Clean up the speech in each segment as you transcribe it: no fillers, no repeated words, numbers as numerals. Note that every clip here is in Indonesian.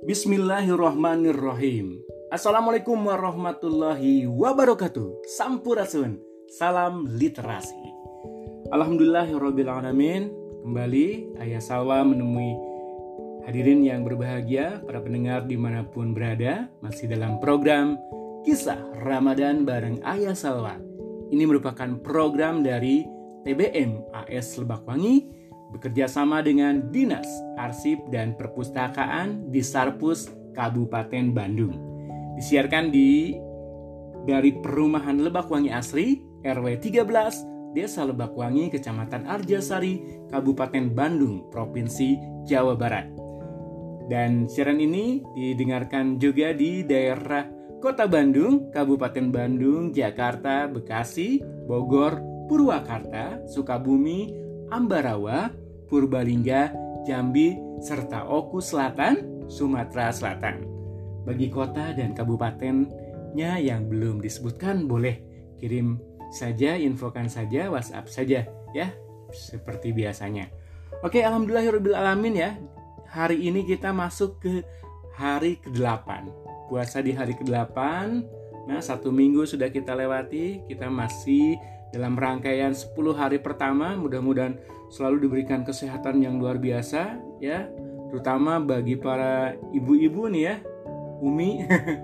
Bismillahirrahmanirrahim. Assalamualaikum warahmatullahi wabarakatuh. Sampurasun. Salam literasi. Alhamdulillahirrabbilalamin. Kembali Ayah Salwa menemui hadirin yang berbahagia, para pendengar dimanapun berada, masih dalam program Kisah Ramadan bareng Ayah Salwa. Ini merupakan program dari TBM AS Lebakwangi bekerja sama dengan Dinas Arsip dan Perpustakaan di Sarpus Kabupaten Bandung. Disiarkan dari Perumahan Lebakwangi Asri, RW 13, Desa Lebakwangi, Kecamatan Arjasari, Kabupaten Bandung, Provinsi Jawa Barat. Dan siaran ini didengarkan juga di daerah Kota Bandung, Kabupaten Bandung, Jakarta, Bekasi, Bogor, Purwakarta, Sukabumi, Ambarawa, Purbalingga, Jambi, serta Oku Selatan, Sumatera Selatan. Bagi kota dan kabupatennya yang belum disebutkan, boleh kirim saja, infokan saja, WhatsApp saja ya, seperti biasanya. Oke, alhamdulillahirrahmanirrahim ya. Hari ini kita masuk ke hari ke-8. Puasa di hari ke-8. Nah, 1 minggu sudah kita lewati. Kita masih dalam rangkaian 10 hari pertama. Mudah-mudahan selalu diberikan kesehatan yang luar biasa ya, terutama bagi para ibu-ibu nih ya, Umi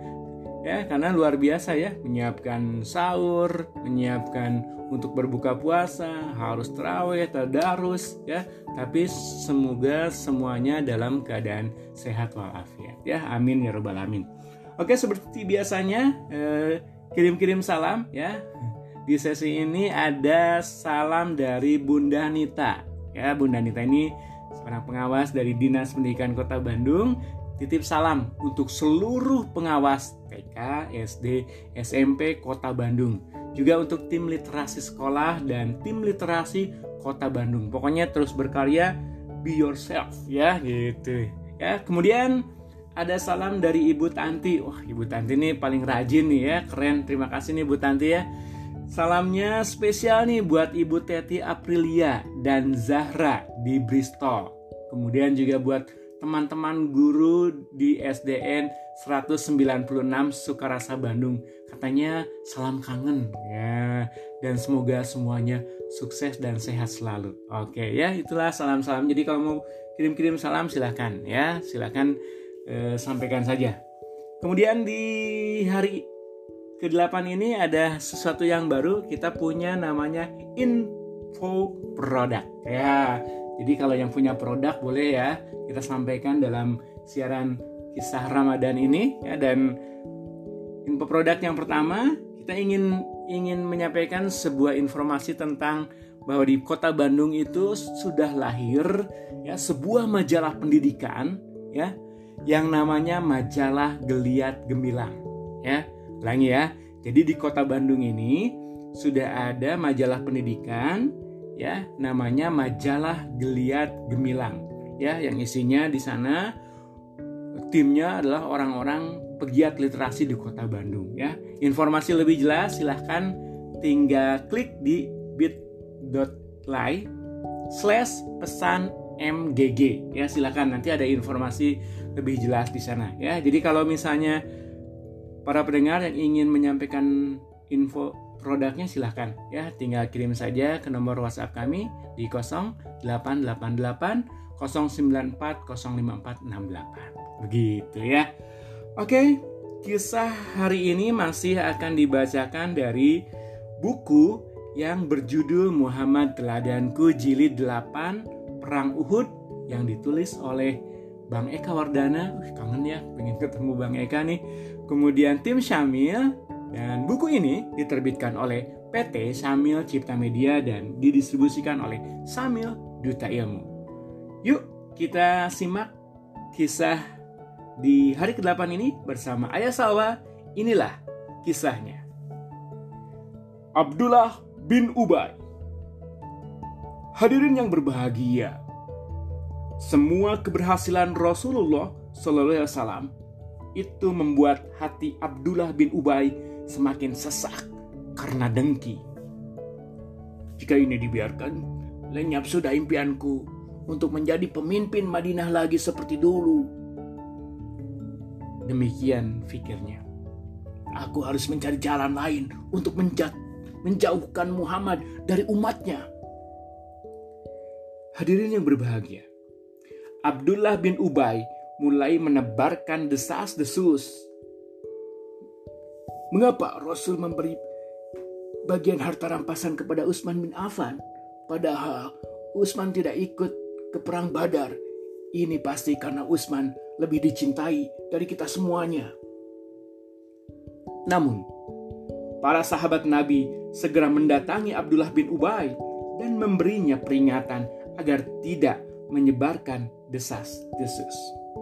ya, karena luar biasa ya, menyiapkan sahur, menyiapkan untuk berbuka puasa, harus tarawih, tadarus ya, tapi semoga semuanya dalam keadaan sehat walafiat ya, amin ya rabbal alamin. Oke, seperti biasanya kirim-kirim salam ya. Di sesi ini ada salam dari Bunda Nita. Ya, Bunda Nita ini seorang pengawas dari Dinas Pendidikan Kota Bandung. Titip salam untuk seluruh pengawas TK, SD, SMP Kota Bandung. Juga untuk tim literasi sekolah dan tim literasi Kota Bandung. Pokoknya terus berkarya, be yourself ya, gitu. Ya, kemudian ada salam dari Ibu Tanti. Wah, Ibu Tanti ini paling rajin nih ya, keren. Terima kasih nih Bu Tanti ya. Salamnya spesial nih buat Ibu Teti Aprilia dan Zahra di Bristol. Kemudian juga buat teman-teman guru di SDN 196 Sukarasa Bandung. Katanya salam kangen ya. Dan semoga semuanya sukses dan sehat selalu. Oke ya, itulah salam-salam. Jadi kalau mau kirim-kirim salam silahkan ya. Silahkan sampaikan saja. Kemudian di hari ke-8 ini ada sesuatu yang baru. Kita punya namanya info produk ya. Jadi kalau yang punya produk boleh ya kita sampaikan dalam siaran Kisah Ramadan ini ya. Dan info produk yang pertama, kita ingin menyampaikan sebuah informasi tentang bahwa di Kota Bandung itu sudah lahir ya sebuah majalah pendidikan ya yang namanya Majalah Geliat Gemilang ya. Ulangi ya. Jadi di Kota Bandung ini sudah ada majalah pendidikan ya, namanya Majalah Geliat Gemilang ya, yang isinya di sana timnya adalah orang-orang pegiat literasi di Kota Bandung ya. Informasi lebih jelas silahkan tinggal klik di bit.ly/pesan-mgg ya, silahkan nanti ada informasi lebih jelas di sana ya. Jadi kalau misalnya para pendengar yang ingin menyampaikan info produknya silahkan ya, tinggal kirim saja ke nomor WhatsApp kami di 0888 094 05468. Begitu ya. Oke, kisah hari ini masih akan dibacakan dari buku yang berjudul Muhammad Teladanku Jilid 8 Perang Uhud yang ditulis oleh Bang Eka Wardana. Kangen ya, pengen ketemu Bang Eka nih. Kemudian tim Syamil, dan buku ini diterbitkan oleh PT Syamil Cipta Media dan didistribusikan oleh Syamil Duta Ilmu. Yuk kita simak kisah di hari ke-8 ini bersama Ayah Salwa. Inilah kisahnya. Abdullah bin Ubay. Hadirin yang berbahagia, semua keberhasilan Rasulullah SAW itu membuat hati Abdullah bin Ubay semakin sesak karena dengki. Jika ini dibiarkan, lenyap sudah impianku untuk menjadi pemimpin Madinah lagi seperti dulu. Demikian pikirnya. Aku harus mencari jalan lain untuk menjauhkan Muhammad dari umatnya. Hadirin yang berbahagia, Abdullah bin Ubay mulai menebarkan desas-desus. Mengapa Rasul memberi bagian harta rampasan kepada Utsman bin Affan? Padahal Utsman tidak ikut ke perang Badar. Ini pasti karena Utsman lebih dicintai dari kita semuanya. Namun, para sahabat Nabi segera mendatangi Abdullah bin Ubay dan memberinya peringatan agar tidak menyebarkan desas-desus.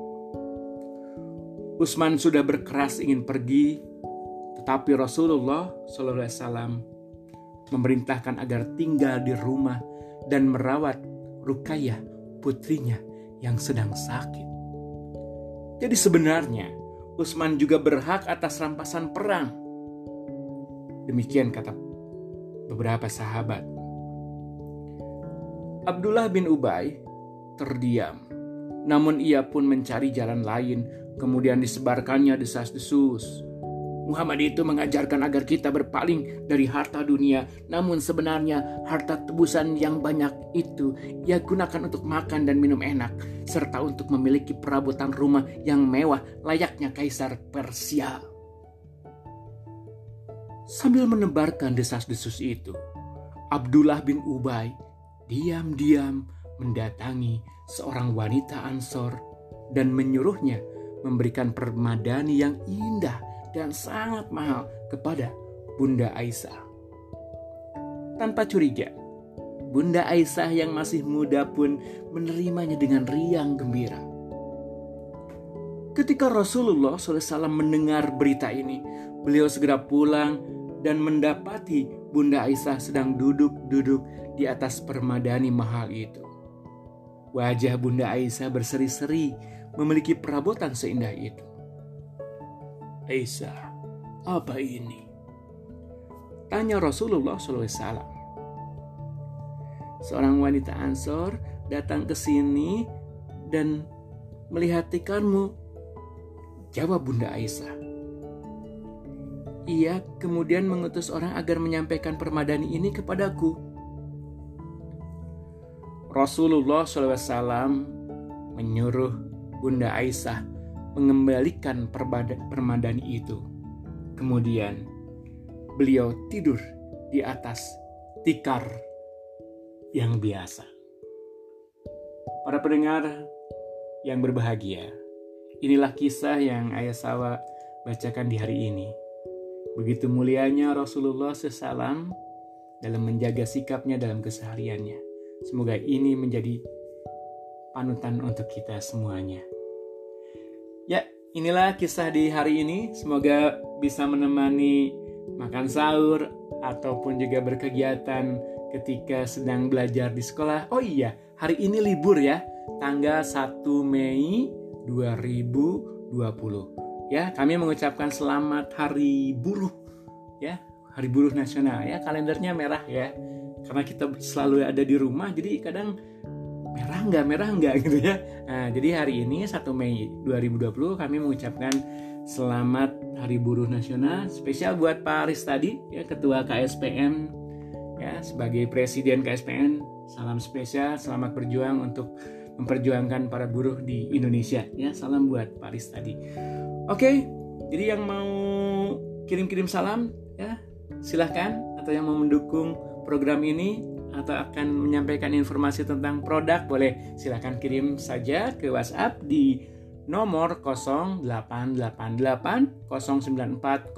Utsman sudah berkeras ingin pergi, tetapi Rasulullah SAW memerintahkan agar tinggal di rumah dan merawat Ruqayyah, putrinya yang sedang sakit. Jadi sebenarnya Utsman juga berhak atas rampasan perang. Demikian kata beberapa sahabat. Abdullah bin Ubay terdiam, namun ia pun mencari jalan lain. Kemudian disebarkannya desas-desus. Muhammad itu mengajarkan agar kita berpaling dari harta dunia, namun sebenarnya harta tebusan yang banyak itu ia gunakan untuk makan dan minum enak, serta untuk memiliki perabotan rumah yang mewah layaknya Kaisar Persia. Sambil menebarkan desas-desus itu, Abdullah bin Ubay diam-diam mendatangi seorang wanita Ansor dan menyuruhnya memberikan permadani yang indah dan sangat mahal kepada Bunda Aisyah. Tanpa curiga, Bunda Aisyah yang masih muda pun menerimanya dengan riang gembira. Ketika Rasulullah SAW mendengar berita ini, beliau segera pulang dan mendapati Bunda Aisyah sedang duduk-duduk di atas permadani mahal itu. Wajah Bunda Aisyah berseri-seri memiliki perabotan seindah itu. Aisyah, apa ini? Tanya Rasulullah SAW. Seorang wanita Ansor datang ke sini dan melihatkanmu, jawab Bunda Aisyah. Ia kemudian mengutus orang agar menyampaikan permadani ini kepadaku. Rasulullah SAW menyuruh Bunda Aisyah mengembalikan permadani itu. Kemudian beliau tidur di atas tikar yang biasa. Para pendengar yang berbahagia, inilah kisah yang Ayah Salwa bacakan di hari ini. Begitu mulianya Rasulullah SAW dalam menjaga sikapnya dalam kesehariannya. Semoga ini menjadi panutan untuk kita semuanya. Ya, inilah kisah di hari ini. Semoga bisa menemani makan sahur ataupun juga berkegiatan ketika sedang belajar di sekolah. Oh iya, hari ini libur ya, tanggal 1 Mei 2020. Ya, kami mengucapkan selamat Hari Buruh ya, Hari Buruh Nasional ya. Kalendernya merah ya, karena kita selalu ada di rumah, jadi kadang merah enggak gitu ya. Nah, jadi hari ini 1 Mei 2020 kami mengucapkan selamat Hari Buruh Nasional spesial buat Pak Aris tadi ya, Ketua KSPN ya, sebagai Presiden KSPN. Salam spesial, selamat berjuang untuk memperjuangkan para buruh di Indonesia ya. Salam buat Pak Aris tadi. Oke, jadi yang mau kirim-kirim salam ya, silahkan, atau yang mau mendukung program ini atau akan menyampaikan informasi tentang produk, boleh silakan kirim saja ke WhatsApp di nomor 0888 094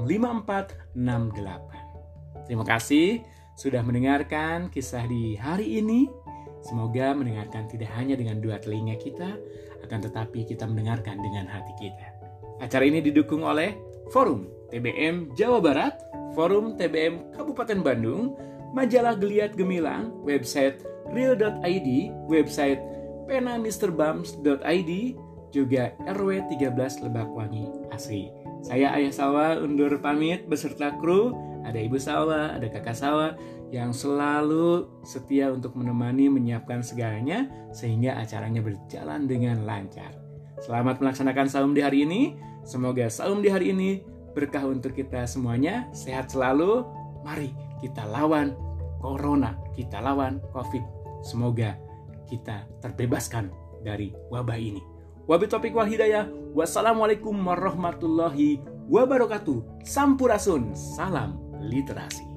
05468. Terima kasih sudah mendengarkan kisah di hari ini. Semoga mendengarkan tidak hanya dengan dua telinga kita, akan tetapi kita mendengarkan dengan hati kita. Acara ini didukung oleh Forum TBM Jawa Barat, Forum TBM Kabupaten Bandung, Majalah Geliat Gemilang, website real.id, website penamisterbams.id, juga RW 13 Lebakwangi Asri. Saya Ayah Salwa undur pamit beserta kru. Ada Ibu Salwa, ada Kakak Salwa yang selalu setia untuk menemani, menyiapkan segalanya sehingga acaranya berjalan dengan lancar. Selamat melaksanakan saum di hari ini. Semoga saum di hari ini berkah untuk kita semuanya. Sehat selalu. Mari kita lawan Corona, kita lawan COVID. Semoga kita terbebaskan dari wabah ini. Wabillahi taufiq wal hidayah. Wassalamualaikum warahmatullahi wabarakatuh. Sampurasun. Salam literasi.